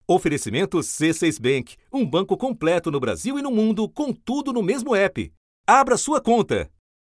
Oferecimento C6 Bank, um banco completo no Brasil e no mundo, com tudo no mesmo app. Abra sua conta.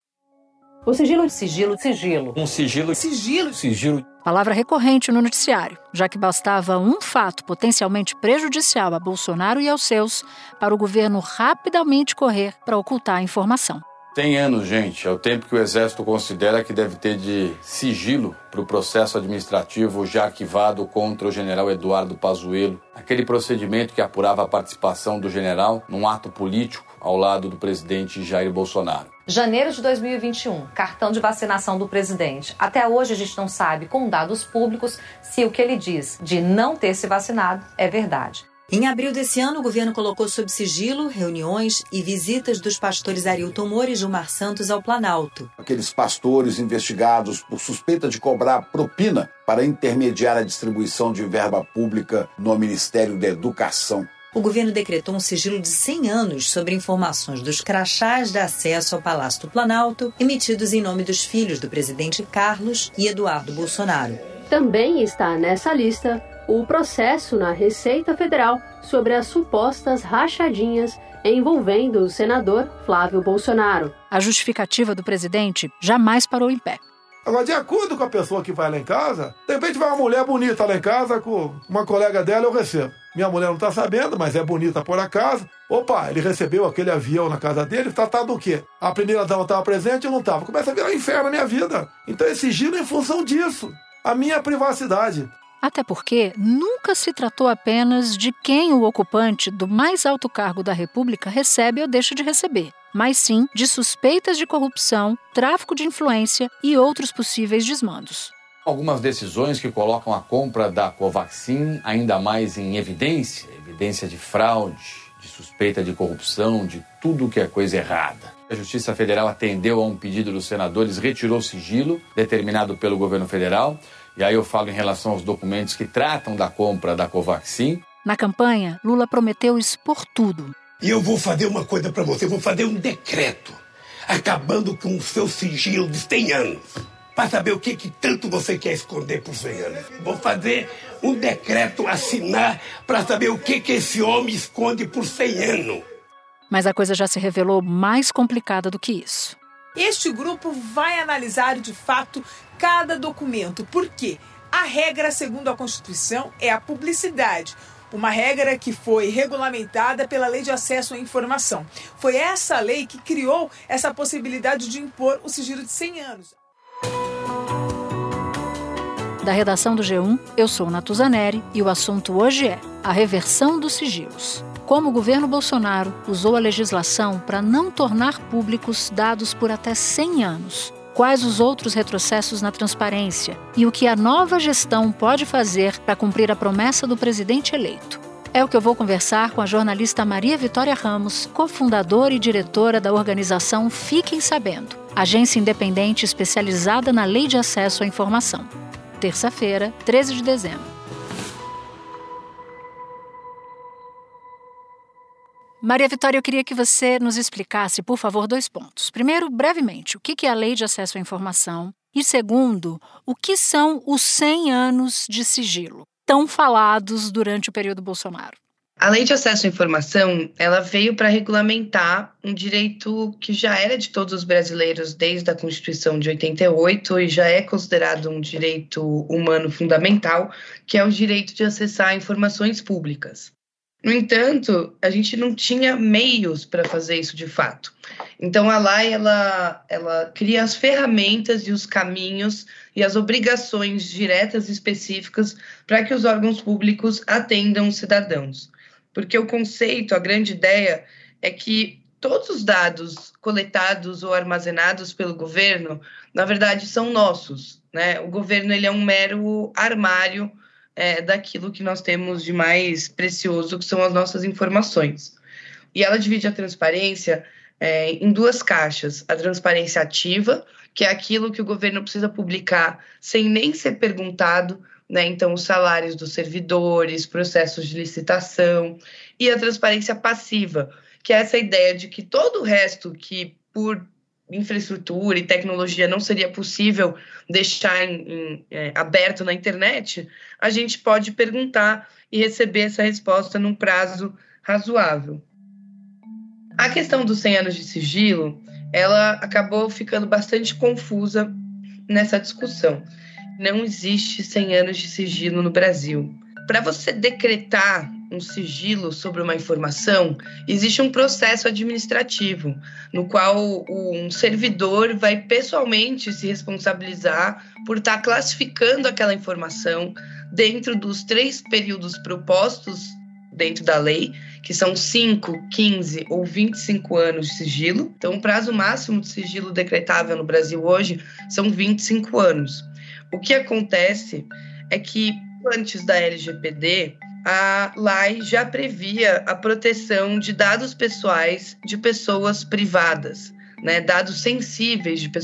O sigilo, sigilo, sigilo. Um sigilo, sigilo, sigilo. Palavra recorrente no noticiário, já que bastava um fato potencialmente prejudicial a Bolsonaro e aos seus para o governo rapidamente correr para ocultar a informação. 100 anos, gente. É o tempo que o Exército considera que deve ter de sigilo para o processo administrativo já arquivado contra o general Eduardo Pazuello. Aquele procedimento que apurava a participação do general num ato político ao lado do presidente Jair Bolsonaro. Janeiro de 2021, cartão de vacinação do presidente. Até hoje a gente não sabe, com dados públicos, se o que ele diz de não ter se vacinado é verdade. Em abril desse ano, o governo colocou sob sigilo reuniões e visitas dos pastores Arilton Moura e Gilmar Santos ao Planalto. Aqueles pastores investigados por suspeita de cobrar propina para intermediar a distribuição de verba pública no Ministério da Educação. O governo decretou um sigilo de 100 anos sobre informações dos crachás de acesso ao Palácio do Planalto, emitidos em nome dos filhos do presidente Carlos e Eduardo Bolsonaro. Também está nessa lista o processo na Receita Federal sobre as supostas rachadinhas envolvendo o senador Flávio Bolsonaro. A justificativa do presidente jamais parou em pé. Agora, de acordo com a pessoa que vai lá em casa, de repente vai uma mulher bonita lá em casa com uma colega dela, eu recebo. Minha mulher não está sabendo, mas é bonita por acaso. Opa, ele recebeu aquele avião na casa dele, tratado do quê? A primeira dama estava presente, eu não estava. Começa a virar um inferno na minha vida. Então esse sigilo é em função disso. A minha privacidade. Até porque nunca se tratou apenas de quem o ocupante do mais alto cargo da República recebe ou deixa de receber, mas sim de suspeitas de corrupção, tráfico de influência e outros possíveis desmandos. Algumas decisões que colocam a compra da Covaxin ainda mais em evidência de fraude, de suspeita de corrupção, de tudo que é coisa errada. A Justiça Federal atendeu a um pedido dos senadores, retirou o sigilo determinado pelo governo federal. E aí eu falo em relação aos documentos que tratam da compra da Covaxin. Na campanha, Lula prometeu expor tudo. E eu vou fazer uma coisa para você, vou fazer um decreto, acabando com o seu sigilo de 100 anos. Para saber o que tanto você quer esconder por 100 anos. Vou fazer um decreto, assinar, para saber o que esse homem esconde por 100 anos. Mas a coisa já se revelou mais complicada do que isso. Este grupo vai analisar de fato cada documento. Por quê? A regra, segundo a Constituição, é a publicidade. Uma regra que foi regulamentada pela Lei de Acesso à Informação. Foi essa lei que criou essa possibilidade de impor o sigilo de 100 anos. Da redação do G1, eu sou Natuzaneri e o assunto hoje é a reversão dos sigilos. Como o governo Bolsonaro usou a legislação para não tornar públicos dados por até 100 anos. Quais os outros retrocessos na transparência e o que a nova gestão pode fazer para cumprir a promessa do presidente eleito. É o que eu vou conversar com a jornalista Maria Vitória Ramos, cofundadora e diretora da organização Fiquem Sabendo, agência independente especializada na Lei de Acesso à Informação. Terça-feira, 13 de dezembro. Maria Vitória, eu queria que você nos explicasse, por favor, 2 pontos. Primeiro, brevemente, o que é a Lei de Acesso à Informação? E segundo, o que são os 100 anos de sigilo, tão falados durante o período Bolsonaro? A Lei de Acesso à Informação, ela veio para regulamentar um direito que já era de todos os brasileiros desde a Constituição de 88 e já é considerado um direito humano fundamental, que é o direito de acessar informações públicas. No entanto, a gente não tinha meios para fazer isso de fato. Então, a lei ela cria as ferramentas e os caminhos e as obrigações diretas e específicas para que os órgãos públicos atendam os cidadãos. Porque o conceito, a grande ideia, é que todos os dados coletados ou armazenados pelo governo, na verdade, são nossos, né? O governo ele é um mero armário daquilo que nós temos de mais precioso, que são as nossas informações. E ela divide a transparência em 2 caixas. A transparência ativa, que é aquilo que o governo precisa publicar sem nem ser perguntado, né? Então, os salários dos servidores, processos de licitação. E a transparência passiva, que é essa ideia de que todo o resto que, por infraestrutura e tecnologia não seria possível deixar aberto na internet, a gente pode perguntar e receber essa resposta num prazo razoável. A questão dos 100 anos de sigilo, ela acabou ficando bastante confusa nessa discussão. Não existe 100 anos de sigilo no Brasil. Para você decretar um sigilo sobre uma informação, existe um processo administrativo, no qual um servidor vai pessoalmente se responsabilizar por estar classificando aquela informação dentro dos 3 períodos propostos dentro da lei, que são 5, 15 ou 25 anos de sigilo. Então, o prazo máximo de sigilo decretável no Brasil hoje são 25 anos. O que acontece é que, antes da LGPD, a lei já previa a proteção de dados pessoais de pessoas privadas, né? Dados sensíveis de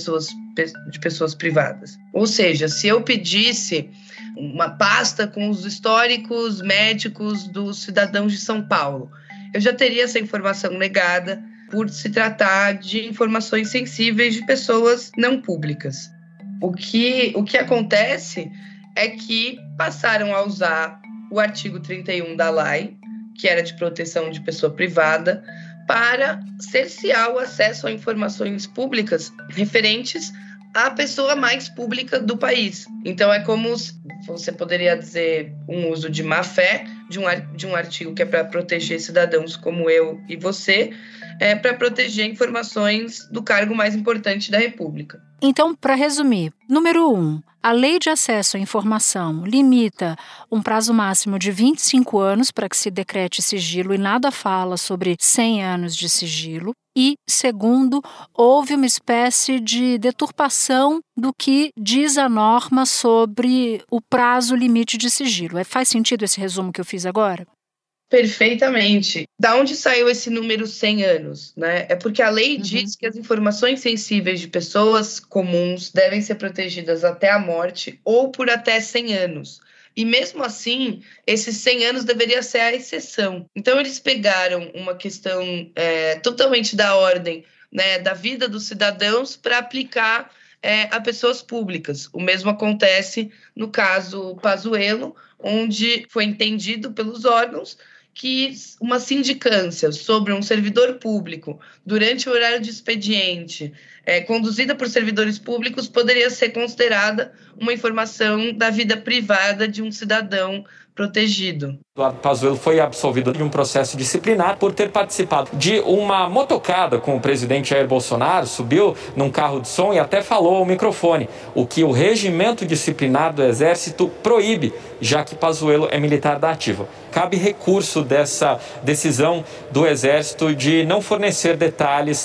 pessoas privadas. Ou seja, se eu pedisse uma pasta com os históricos médicos dos cidadãos de São Paulo, eu já teria essa informação negada por se tratar de informações sensíveis de pessoas não públicas. O que acontece é que passaram a usar o artigo 31 da lei, que era de proteção de pessoa privada, para cercear o acesso a informações públicas referentes à pessoa mais pública do país. Então, é como você poderia dizer um uso de má fé de um artigo que é para proteger cidadãos como eu e você, para proteger informações do cargo mais importante da República. Então, para resumir, número 1, a Lei de Acesso à Informação limita um prazo máximo de 25 anos para que se decrete sigilo e nada fala sobre 100 anos de sigilo. E, segundo, houve uma espécie de deturpação do que diz a norma sobre o prazo limite de sigilo. Faz sentido esse resumo que eu fiz agora? Perfeitamente. Da onde saiu esse número 100 anos? Né? É porque a lei diz que as informações sensíveis de pessoas comuns devem ser protegidas até a morte ou por até 100 anos. E mesmo assim, esses 100 anos deveria ser a exceção. Então, eles pegaram uma questão totalmente da ordem, né, da vida dos cidadãos para aplicar a pessoas públicas. O mesmo acontece no caso Pazuello, onde foi entendido pelos órgãos que uma sindicância sobre um servidor público durante o horário de expediente, conduzida por servidores públicos, poderia ser considerada uma informação da vida privada de um cidadão protegido. Eduardo Pazuello foi absolvido de um processo disciplinar por ter participado de uma motocada com o presidente Jair Bolsonaro, subiu num carro de som e até falou ao microfone, o que o regimento disciplinar do Exército proíbe, já que Pazuello é militar da ativa. Cabe recurso dessa decisão do Exército de não fornecer detalhes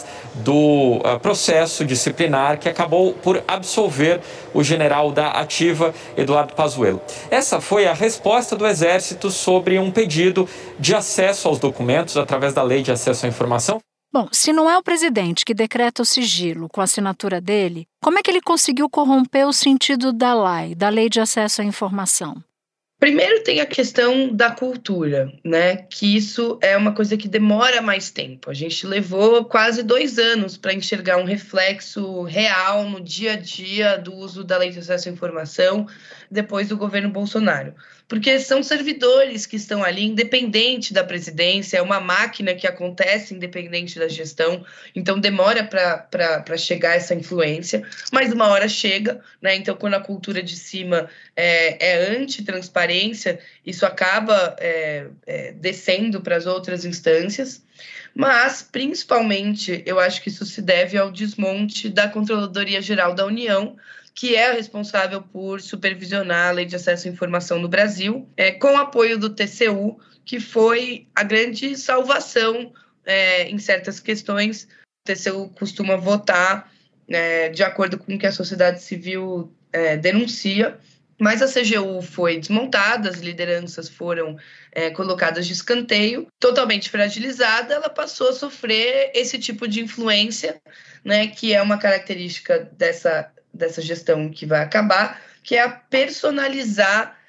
do processo disciplinar que acabou por absolver o general da ativa, Eduardo Pazuello. Essa foi a resposta do Exército sobre um pedido de acesso aos documentos através da Lei de Acesso à Informação. Bom, se não é o presidente que decreta o sigilo com a assinatura dele, como é que ele conseguiu corromper o sentido da Lei de Acesso à Informação? Primeiro tem a questão da cultura, né? Que isso é uma coisa que demora mais tempo. A gente levou quase 2 anos para enxergar um reflexo real no dia a dia do uso da Lei de Acesso à Informação depois do governo Bolsonaro. Porque são servidores que estão ali independente da presidência, é uma máquina que acontece independente da gestão, então demora para chegar essa influência, mas uma hora chega, né? Então, quando a cultura de cima é anti-transparência, isso acaba descendo para as outras instâncias, mas, principalmente, eu acho que isso se deve ao desmonte da Controladoria Geral da União, que é a responsável por supervisionar a Lei de Acesso à Informação no Brasil, com o apoio do TCU, que foi a grande salvação em certas questões. O TCU costuma votar de acordo com o que a sociedade civil denuncia, mas a CGU foi desmontada, as lideranças foram colocadas de escanteio, totalmente fragilizada, ela passou a sofrer esse tipo de influência, né, que é uma característica dessa gestão que vai acabar, que é a personalizar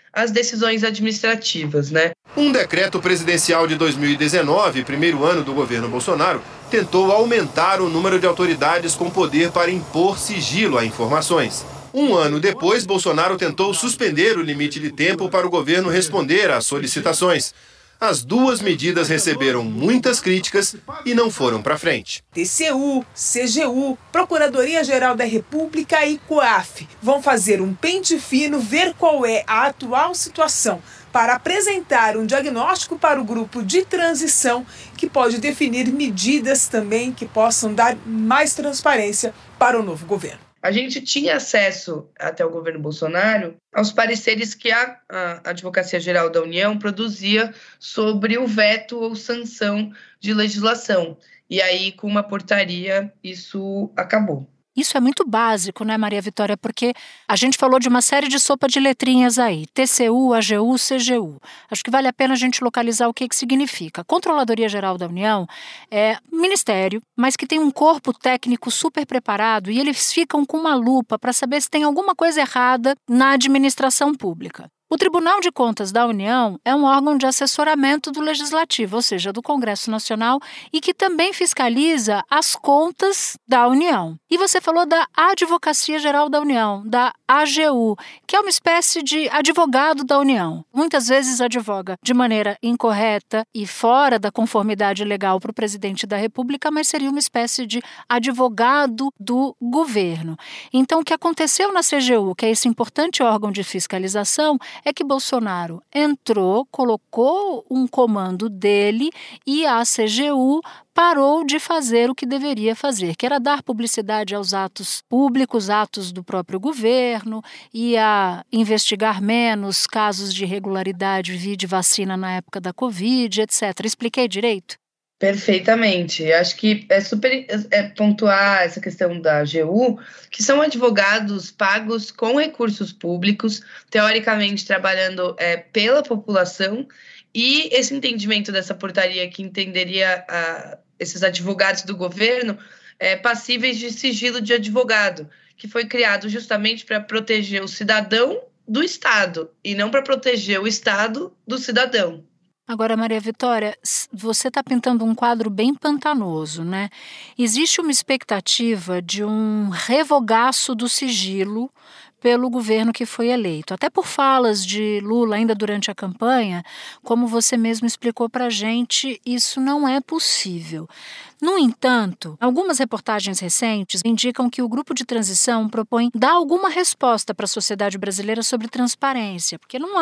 as decisões administrativas, né? Um decreto presidencial de 2019, primeiro ano do governo Bolsonaro, tentou aumentar o número de autoridades com poder para impor sigilo a informações. Um ano depois, Bolsonaro tentou suspender o limite de tempo para o governo responder às solicitações. As duas medidas receberam muitas críticas e não foram para frente. TCU, CGU, Procuradoria-Geral da República e COAF vão fazer um pente fino, ver qual é a atual situação, para apresentar um diagnóstico para o grupo de transição que pode definir medidas também que possam dar mais transparência para o novo governo. A gente tinha acesso, até o governo Bolsonaro, aos pareceres que a Advocacia Geral da União produzia sobre o veto ou sanção de legislação. E aí, com uma portaria, isso acabou. Isso é muito básico, né, Maria Vitória? Porque a gente falou de uma série de sopa de letrinhas aí, TCU, AGU, CGU. Acho que vale a pena a gente localizar o que significa. Controladoria Geral da União é ministério, mas que tem um corpo técnico super preparado e eles ficam com uma lupa para saber se tem alguma coisa errada na administração pública. O Tribunal de Contas da União é um órgão de assessoramento do Legislativo, ou seja, do Congresso Nacional, e que também fiscaliza as contas da União. E você falou da Advocacia Geral da União, da AGU, que é uma espécie de advogado da União. Muitas vezes advoga de maneira incorreta e fora da conformidade legal para o presidente da República, mas seria uma espécie de advogado do governo. Então, o que aconteceu na CGU, que é esse importante órgão de fiscalização, é que Bolsonaro entrou, colocou um comando dele e a CGU parou de fazer o que deveria fazer, que era dar publicidade aos atos públicos, atos do próprio governo, e a investigar menos casos de irregularidade, vide vacina na época da Covid, etc. Expliquei direito? Perfeitamente. Acho que é super pontuar essa questão da AGU, que são advogados pagos com recursos públicos, teoricamente trabalhando pela população, e esse entendimento dessa portaria que entenderia esses advogados do governo passíveis de sigilo de advogado, que foi criado justamente para proteger o cidadão do Estado e não para proteger o Estado do cidadão. Agora, Maria Vitória, você está pintando um quadro bem pantanoso, né? Existe uma expectativa de um revogaço do sigilo pelo governo que foi eleito. Até por falas de Lula ainda durante a campanha, como você mesmo explicou para a gente, isso não é possível. No entanto, algumas reportagens recentes indicam que o grupo de transição propõe dar alguma resposta para a sociedade brasileira sobre transparência, porque não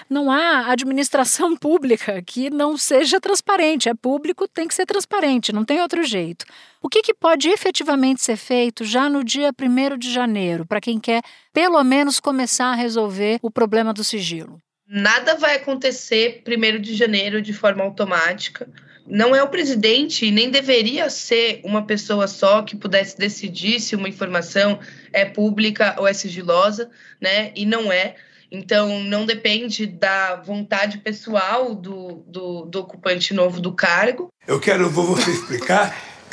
há administração pública que não seja transparente. É público, tem que ser transparente, não tem outro jeito. O que pode efetivamente ser feito já no dia 1º de janeiro, para quem quer pelo menos começar a resolver o problema do sigilo? Nada vai acontecer 1º de janeiro de forma automática. Não é o presidente e nem deveria ser uma pessoa só que pudesse decidir se uma informação é pública ou é sigilosa, né? E não é. Então, não depende da vontade pessoal do ocupante novo do cargo. Vou você explicar,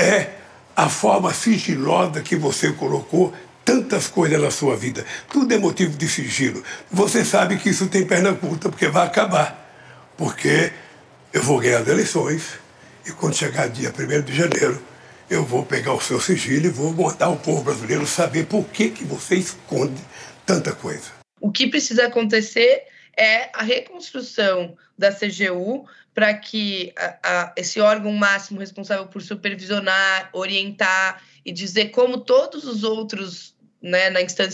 a forma sigilosa que você colocou tantas coisas na sua vida. Tudo é motivo de sigilo. Você sabe que isso tem perna curta, porque vai acabar. Porque eu vou ganhar as eleições e quando chegar dia 1º de janeiro, eu vou pegar o seu sigilo e vou mandar o povo brasileiro saber por que você esconde tanta coisa. O que precisa acontecer é a reconstrução da CGU para que esse órgão máximo responsável por supervisionar, orientar e dizer como todos os outros, né,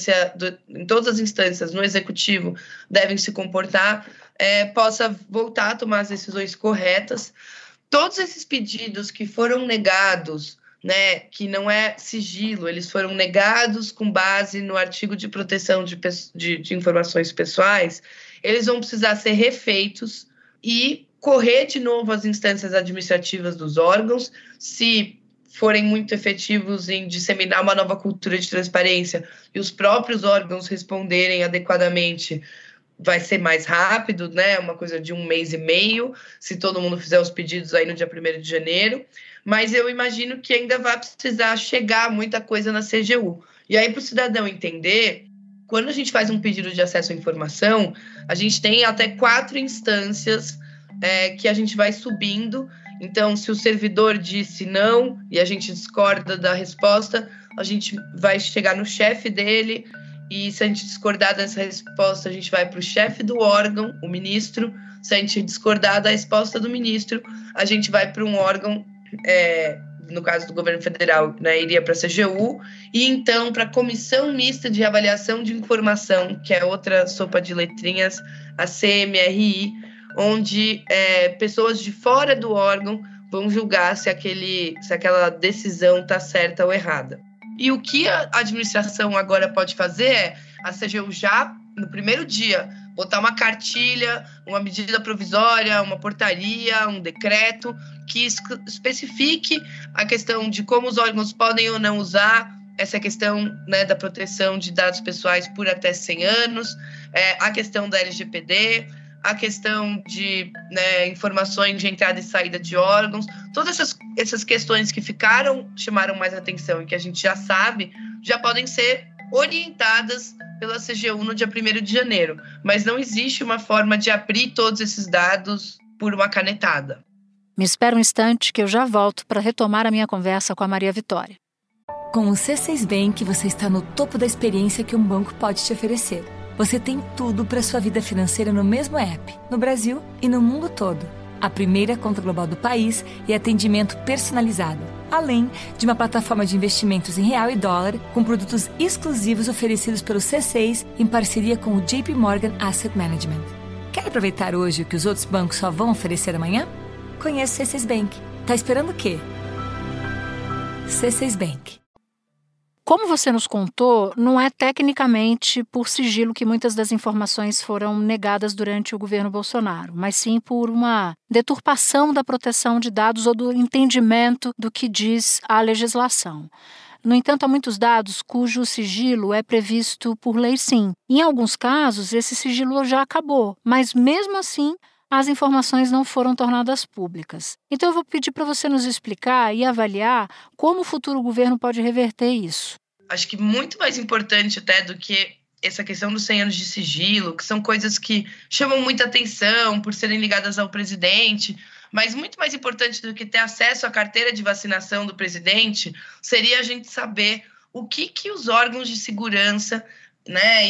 em todas as instâncias no executivo devem se comportar, possa voltar a tomar as decisões corretas. Todos esses pedidos que foram negados, né, que não é sigilo, eles foram negados com base no artigo de proteção de informações pessoais, eles vão precisar ser refeitos e correr de novo as instâncias administrativas dos órgãos, se forem muito efetivos em disseminar uma nova cultura de transparência e os próprios órgãos responderem adequadamente, vai ser mais rápido, né? Uma coisa de 1 mês e meio, se todo mundo fizer os pedidos aí no dia 1º de janeiro. Mas eu imagino que ainda vai precisar chegar muita coisa na CGU. E aí, para o cidadão entender Quando a gente faz um pedido de acesso à informação, a gente tem até 4 instâncias que a gente vai subindo. Então, se o servidor disse não e a gente discorda da resposta, a gente vai chegar no chefe dele, e se a gente discordar dessa resposta, a gente vai para o chefe do órgão, o ministro. Se a gente discordar da resposta do ministro, a gente vai para um órgão, no caso do governo federal, né, iria para a CGU, e então para a Comissão Mista de Avaliação de Informação, que é outra sopa de letrinhas, a CMRI, onde pessoas de fora do órgão vão julgar se aquela decisão está certa ou errada. E o que a administração agora pode fazer é a CGU já, no primeiro dia, botar uma cartilha, uma medida provisória, uma portaria, um decreto que especifique a questão de como os órgãos podem ou não usar essa questão, né, da proteção de dados pessoais por até 100 anos, a questão da LGPD, a questão de, né, informações de entrada e saída de órgãos, todas essas questões que chamaram mais atenção e que a gente já sabe, já podem ser orientadas pela CGU no dia 1º de janeiro. Mas não existe uma forma de abrir todos esses dados por uma canetada. Me espera um instante que eu já volto para retomar a minha conversa com a Maria Vitória. Com o C6 Bank, você está no topo da experiência que um banco pode te oferecer. Você tem tudo para sua vida financeira no mesmo app, no Brasil e no mundo todo. A primeira conta global do país e atendimento personalizado, além de uma plataforma de investimentos em real e dólar com produtos exclusivos oferecidos pelo C6 em parceria com o JP Morgan Asset Management. Quer aproveitar hoje o que os outros bancos só vão oferecer amanhã? Conheça o C6 Bank. Tá esperando o quê? C6 Bank. Como você nos contou, não é tecnicamente por sigilo que muitas das informações foram negadas durante o governo Bolsonaro, mas sim por uma deturpação da proteção de dados ou do entendimento do que diz a legislação. No entanto, há muitos dados cujo sigilo é previsto por lei, sim. Em alguns casos, esse sigilo já acabou, mas mesmo assim, as informações não foram tornadas públicas. Então eu vou pedir para você nos explicar e avaliar como o futuro governo pode reverter isso. Acho que muito mais importante até do que essa questão dos 100 anos de sigilo, que são coisas que chamam muita atenção por serem ligadas ao presidente, mas muito mais importante do que ter acesso à carteira de vacinação do presidente, seria a gente saber o que os órgãos de segurança, né,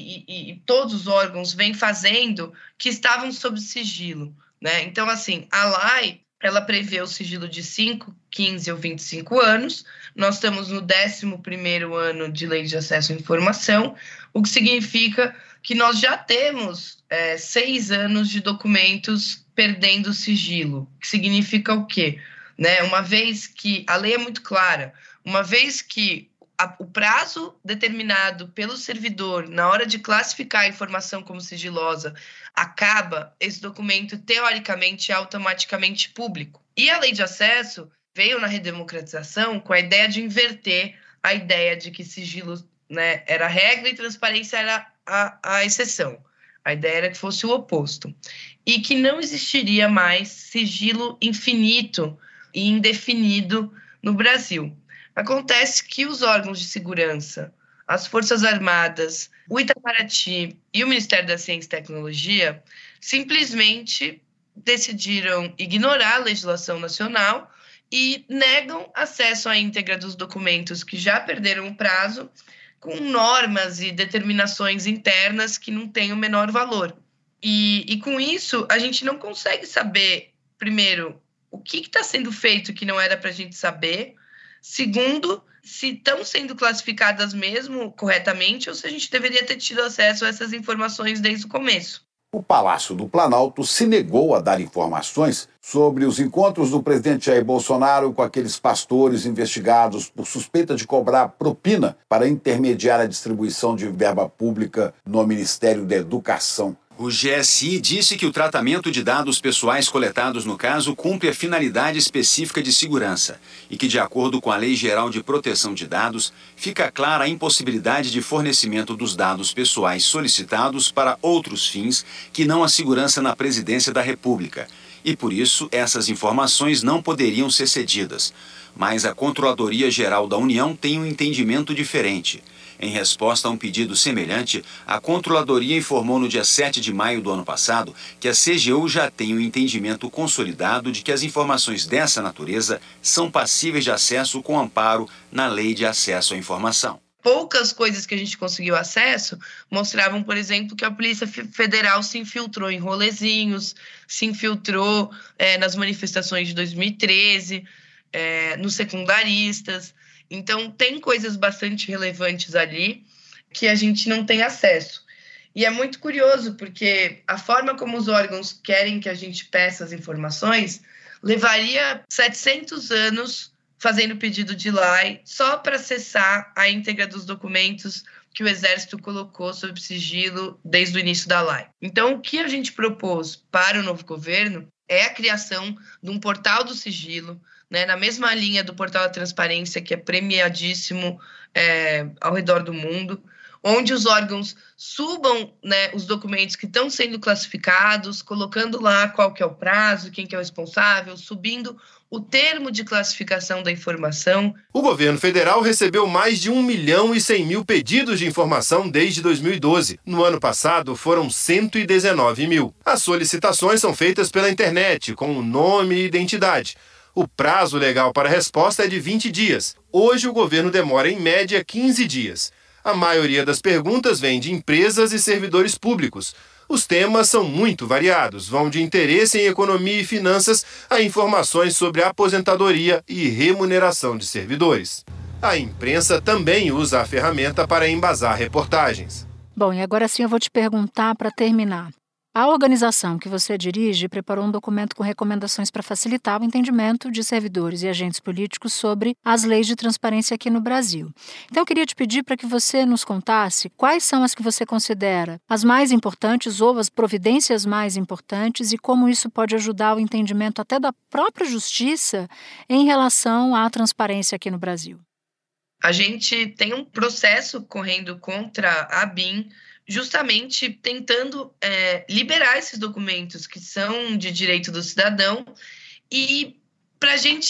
e todos os órgãos vêm fazendo que estavam sob sigilo, né? Então, assim, a lei, ela prevê o sigilo de 5, 15 ou 25 anos. Nós estamos no 11º ano de Lei de Acesso à Informação, o que significa que nós já temos 6 anos de documentos perdendo o sigilo. Que significa o quê? Né? Uma vez que a lei é muito clara, uma vez que o prazo determinado pelo servidor na hora de classificar a informação como sigilosa acaba, esse documento, teoricamente, é automaticamente público. E a lei de acesso veio na redemocratização com a ideia de inverter a ideia de que sigilo, né, era a regra e transparência era a exceção. A ideia era que fosse o oposto. E que não existiria mais sigilo infinito e indefinido no Brasil. Acontece que os órgãos de segurança, as Forças Armadas, o Itamaraty e o Ministério da Ciência e Tecnologia simplesmente decidiram ignorar a legislação nacional e negam acesso à íntegra dos documentos que já perderam o prazo, com normas e determinações internas que não têm o menor valor. E com isso, a gente não consegue saber, primeiro, o que está sendo feito que não era para a gente saber. Segundo, se estão sendo classificadas mesmo corretamente ou se a gente deveria ter tido acesso a essas informações desde o começo. O Palácio do Planalto se negou a dar informações sobre os encontros do presidente Jair Bolsonaro com aqueles pastores investigados por suspeita de cobrar propina para intermediar a distribuição de verba pública no Ministério da Educação. O GSI disse que o tratamento de dados pessoais coletados no caso cumpre a finalidade específica de segurança e que, de acordo com a Lei Geral de Proteção de Dados, fica clara a impossibilidade de fornecimento dos dados pessoais solicitados para outros fins que não a segurança na Presidência da República. E, por isso, essas informações não poderiam ser cedidas. Mas a Controladoria Geral da União tem um entendimento diferente. Em resposta a um pedido semelhante, a Controladoria informou no dia 7 de maio do ano passado que a CGU já tem um entendimento consolidado de que as informações dessa natureza são passíveis de acesso com amparo na Lei de Acesso à Informação. Poucas coisas que a gente conseguiu acesso mostravam, por exemplo, que a Polícia Federal se infiltrou em rolezinhos, se infiltrou nas manifestações de 2013, nos secundaristas. Então, tem coisas bastante relevantes ali que a gente não tem acesso. E é muito curioso, porque a forma como os órgãos querem que a gente peça as informações levaria 700 anos fazendo pedido de lei só para acessar a íntegra dos documentos que o Exército colocou sob sigilo desde o início da lei. Então, o que a gente propôs para o novo governo é a criação de um portal do sigilo, né, na mesma linha do portal da transparência, que é premiadíssimo ao redor do mundo, onde os órgãos subam, né, os documentos que estão sendo classificados, colocando lá qual que é o prazo, quem que é o responsável, subindo o termo de classificação da informação. O governo federal recebeu mais de 1.100.000 pedidos de informação desde 2012. No ano passado, foram 119.000. As solicitações são feitas pela internet, com o nome e identidade. O prazo legal para a resposta é de 20 dias. Hoje, o governo demora, em média, 15 dias. A maioria das perguntas vem de empresas e servidores públicos. Os temas são muito variados, vão de interesse em economia e finanças a informações sobre aposentadoria e remuneração de servidores. A imprensa também usa a ferramenta para embasar reportagens. Bom, e agora sim eu vou te perguntar para terminar. A organização que você dirige preparou um documento com recomendações para facilitar o entendimento de servidores e agentes políticos sobre as leis de transparência aqui no Brasil. Então, eu queria te pedir para que você nos contasse quais são as que você considera as mais importantes ou as providências mais importantes e como isso pode ajudar o entendimento até da própria justiça em relação à transparência aqui no Brasil. A gente tem um processo correndo contra a ABIN, justamente tentando liberar esses documentos que são de direito do cidadão, e para a gente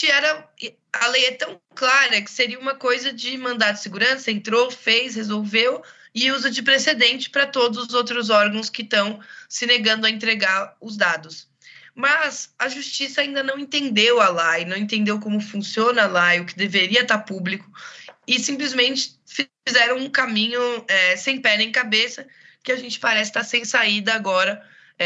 a lei é tão clara que seria uma coisa de mandado de segurança, entrou, fez, resolveu, e usa de precedente para todos os outros órgãos que estão se negando a entregar os dados. Mas a justiça ainda não entendeu a lei, não entendeu como funciona a lei, o que deveria estar público, e simplesmente fizeram um caminho sem pé nem cabeça, que a gente parece estar sem saída agora,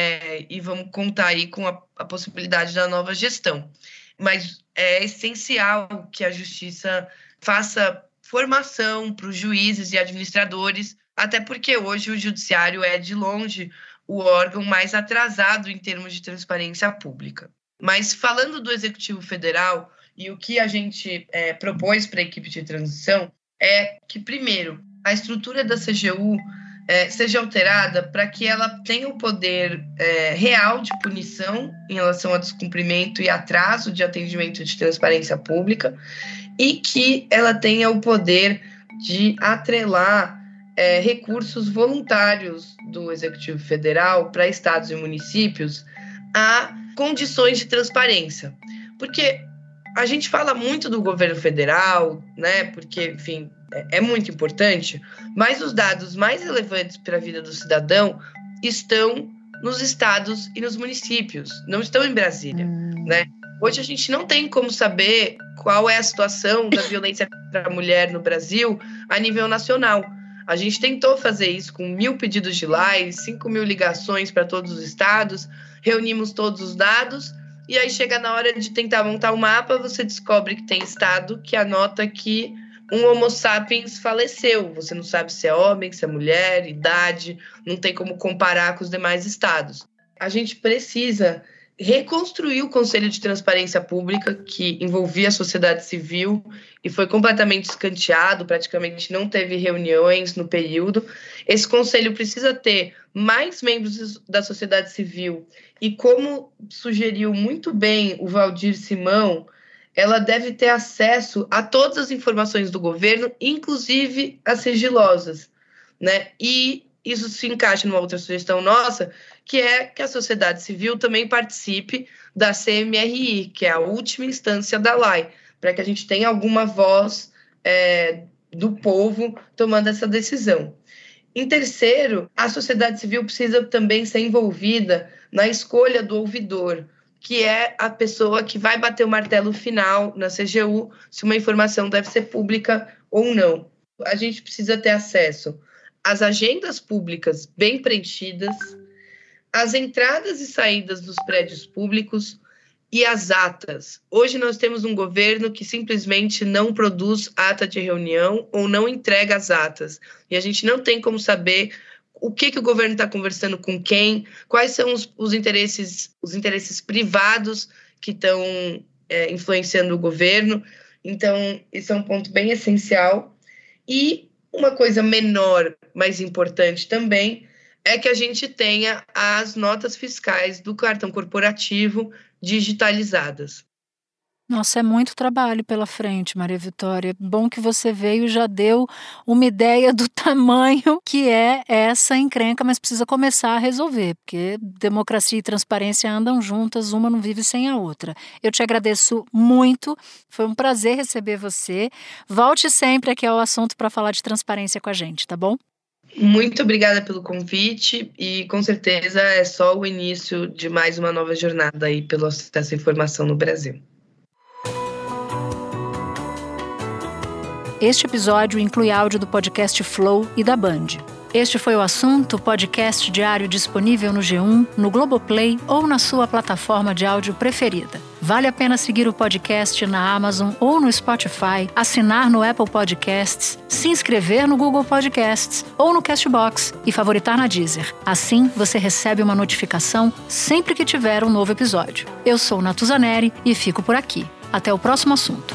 e vamos contar aí com a possibilidade da nova gestão. Mas é essencial que a justiça faça formação para os juízes e administradores, até porque hoje o judiciário é, de longe, o órgão mais atrasado em termos de transparência pública. Mas falando do Executivo Federal, e o que a gente propôs para a equipe de transição é que, primeiro, a estrutura da CGU seja alterada para que ela tenha o poder real de punição em relação a descumprimento e atraso de atendimento de transparência pública e que ela tenha o poder de atrelar recursos voluntários do Executivo Federal para estados e municípios a condições de transparência. Porque a gente fala muito do governo federal, né? Porque, enfim, é muito importante, mas os dados mais relevantes para a vida do cidadão estão nos estados e nos municípios, não estão em Brasília, né? Hoje a gente não tem como saber qual é a situação da violência contra a mulher no Brasil a nível nacional. A gente tentou fazer isso com 1.000 pedidos de lei, 5.000 ligações para todos os estados, reunimos todos os dados. E aí chega na hora de tentar montar o mapa, você descobre que tem estado que anota que um homo sapiens faleceu. Você não sabe se é homem, se é mulher, idade, não tem como comparar com os demais estados. A gente precisa reconstruir o Conselho de Transparência Pública, que envolvia a sociedade civil e foi completamente escanteado, praticamente não teve reuniões no período. Esse conselho precisa ter mais membros da sociedade civil e, como sugeriu muito bem o Valdir Simão, ela deve ter acesso a todas as informações do governo, inclusive as sigilosas, né? E isso se encaixa numa outra sugestão nossa, que é que a sociedade civil também participe da CMRI, que é a última instância da lei, para que a gente tenha alguma voz do povo tomando essa decisão. Em terceiro, a sociedade civil precisa também ser envolvida na escolha do ouvidor, que é a pessoa que vai bater o martelo final na CGU se uma informação deve ser pública ou não. A gente precisa ter acesso às agendas públicas bem preenchidas, às entradas e saídas dos prédios públicos e às atas. Hoje nós temos um governo que simplesmente não produz ata de reunião ou não entrega as atas. E a gente não tem como saber o que o governo está conversando com quem, quais são os interesses privados que estão influenciando o governo. Então, isso é um ponto bem essencial. E uma coisa menor, mas importante também, é que a gente tenha as notas fiscais do cartão corporativo digitalizadas. Nossa, é muito trabalho pela frente, Maria Vitória. Bom que você veio e já deu uma ideia do tamanho que é essa encrenca, mas precisa começar a resolver, porque democracia e transparência andam juntas, uma não vive sem a outra. Eu te agradeço muito, foi um prazer receber você. Volte sempre aqui ao assunto para falar de transparência com a gente, tá bom? Muito obrigada pelo convite e com certeza é só o início de mais uma nova jornada aí pelo acesso à informação no Brasil. Este episódio inclui áudio do podcast Flow e da Band. Este foi o assunto, podcast diário disponível no G1, no Globoplay ou na sua plataforma de áudio preferida. Vale a pena seguir o podcast na Amazon ou no Spotify, assinar no Apple Podcasts, se inscrever no Google Podcasts ou no Castbox e favoritar na Deezer. Assim, você recebe uma notificação sempre que tiver um novo episódio. Eu sou Natuza Neri e fico por aqui. Até o próximo assunto.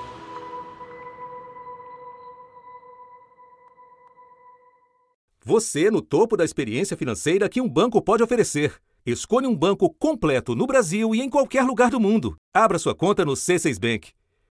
Você no topo da experiência financeira que um banco pode oferecer. Escolha um banco completo no Brasil e em qualquer lugar do mundo. Abra sua conta no C6 Bank.